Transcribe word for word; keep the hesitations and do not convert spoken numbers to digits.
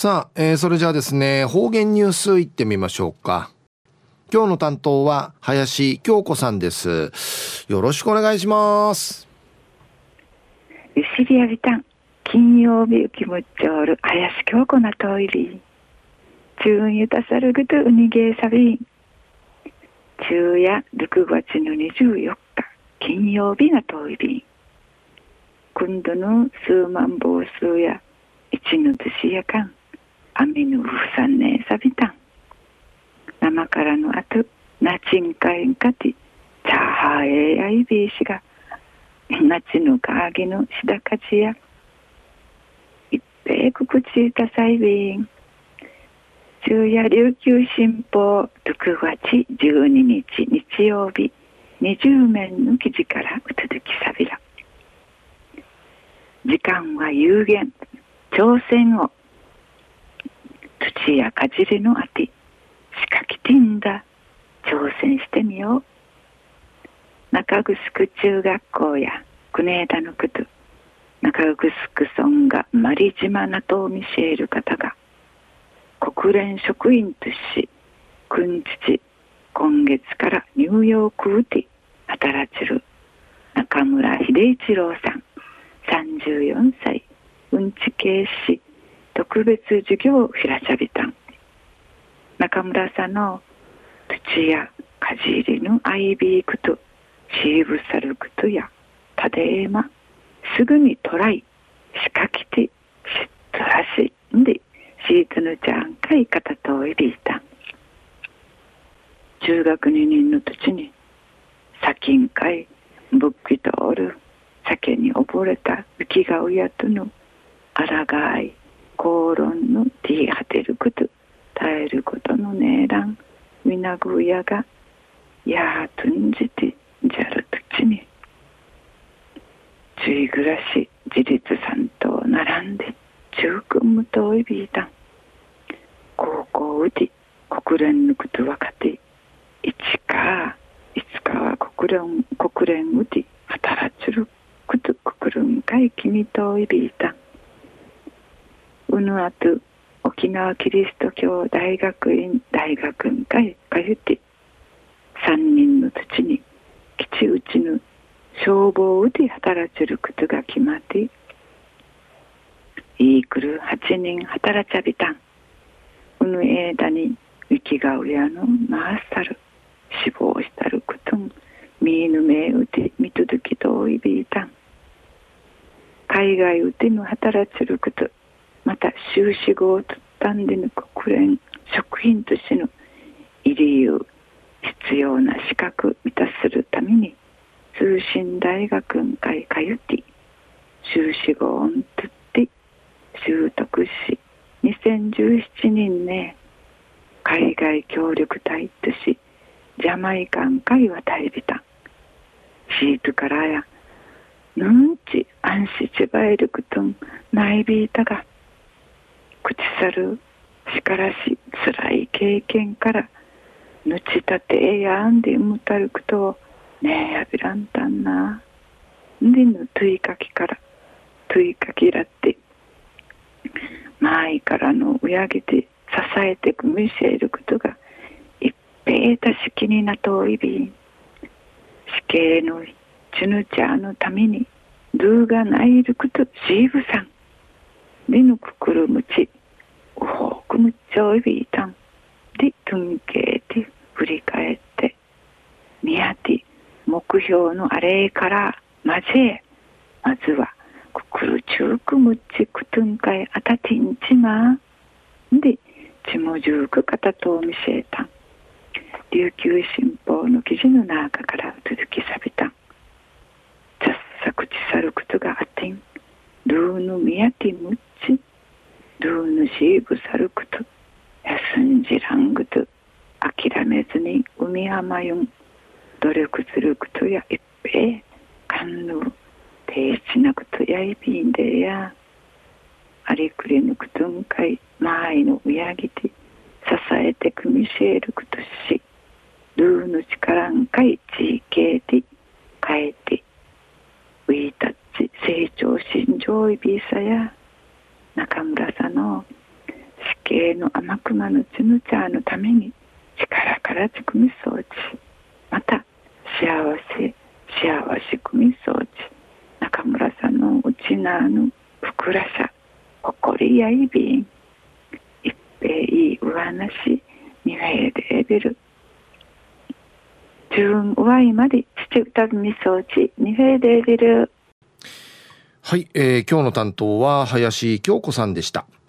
さあ、えー、それじゃあですね、方言ニュースいってみましょうか。今日の担当は林京子さんです。よろしくお願いします。 ゆしりやびたん金曜日うきむっちょーる林京子なといり中ゆたさるぐとうにげーさびん中夜ろくがつのにじゅうよっか金曜日なといり今度の数万房数や一の年やかん雨のふさんねさびたん生からのあとなちんかいんかてチャーハーえやいびいしが夏のかあげのしだかちや一平くくちいたさいびん中夜琉球新報ろくがつじゅうににち日曜日にじゅうめんの記事からうつづきさびら時間は有限挑戦を土やかじりのあて仕掛けてんだ挑戦してみよう中城中学校や国枝のこと中城村がマリ島なとを見せる方が国連職員とし君父今月からニューヨークうて働ちる中村秀一郎さんさんじゅうよんさいうんち系し特別授業をひらちゃびたん中村さんの土やかじりのアイビークとシーブサルクとやたでえますぐにトライ仕掛けてしっとらしんでシートのちゃんかい方といびいた中学にねんの土に砂金会ぶっきとおる酒に溺れた雪がうやとのあらがい口論のティー果てること耐えることのねえらんみなぐやがやーとんじてじゃる土にちい暮らし自立三島並んで中君無といびいた高校うて国連のことわかっていつかいつかは国連国連うて働ちること国連会君といびいたうぬあと沖縄キリスト教大学院大学院会かゆて三人の土に基地うちの消防で働ちることが決まっていいくるはちにん働ちゃびたんうぬえだに雪がうやのマーサル死亡したることんみーぬめうてみとどきといびいたん海外うての働ちることまた修士号を取ったんでの国連職員としてのいりゆう必要な資格満たするために通信大学会かゆて修士号を取って習得しにせんじゅうななねんね海外協力隊としジャマイカン会は大びたシートからやぬんち安心ちばえることんないびいたが口さるしからしつらい経験からぬちたてえやんでむたることをねえやびらんたんな。でぬといかきからといかきらって前からのうやげて支えてくみせることが一平たしきになといびん死刑のチュヌチャーのためにドゥがないることシーブさんでぬくくるむちうほくむっちょいびいたんでとんけて振り返ってみやて目標のあれからまぜまずはくくるちゅうくむっちくとんかいあたてんちまでちもじゅうくかたとみせたん琉球新報の記事の中から続きさびたんちゃっさくちさることがあってんルーヌみやてむっちルーヌシーブさること休んじらんぐと諦めずに海浜ゆん努力することや一平かんぬ低地なことやいびんでやありくりぬくとんかいまあいのうやぎて支えてくみせることしルーの力んかい地域で変えてウィータッチ成長心情いびさや中村さんの芸の甘くまのちぬちゃのために力からちくみそうち、また幸せ幸せくみそうち、中村さんのうちなあのふくらしゃ誇りやいびん一平いいうわなしにへいでえびる自分うわいまで父歌びみそうちにへいでえびる。 はい、えー、今日の担当は林京子さんでした。